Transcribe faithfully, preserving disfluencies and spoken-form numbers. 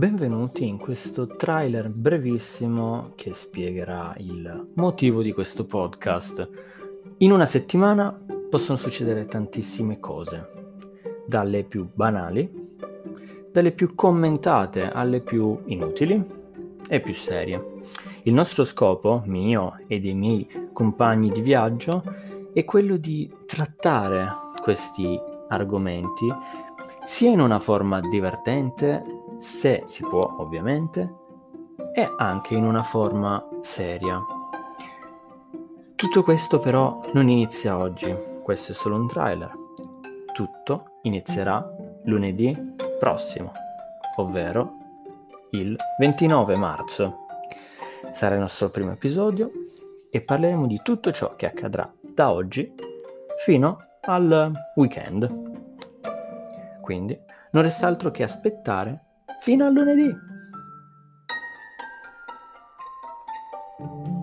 Benvenuti in questo trailer brevissimo che spiegherà il motivo di questo podcast. In una settimana possono succedere tantissime cose, dalle più banali, dalle più commentate alle più inutili e più serie. Il nostro scopo, mio e dei miei compagni di viaggio, è quello di trattare questi argomenti sia in una forma divertente, se si può ovviamente, e anche in una forma seria. Tutto questo però non inizia oggi, questo è solo un trailer. Tutto inizierà lunedì prossimo, ovvero il ventinove marzo. Sarà il nostro primo episodio e parleremo di tutto ciò che accadrà da oggi fino al weekend. Quindi non resta altro che aspettare fino a lunedì.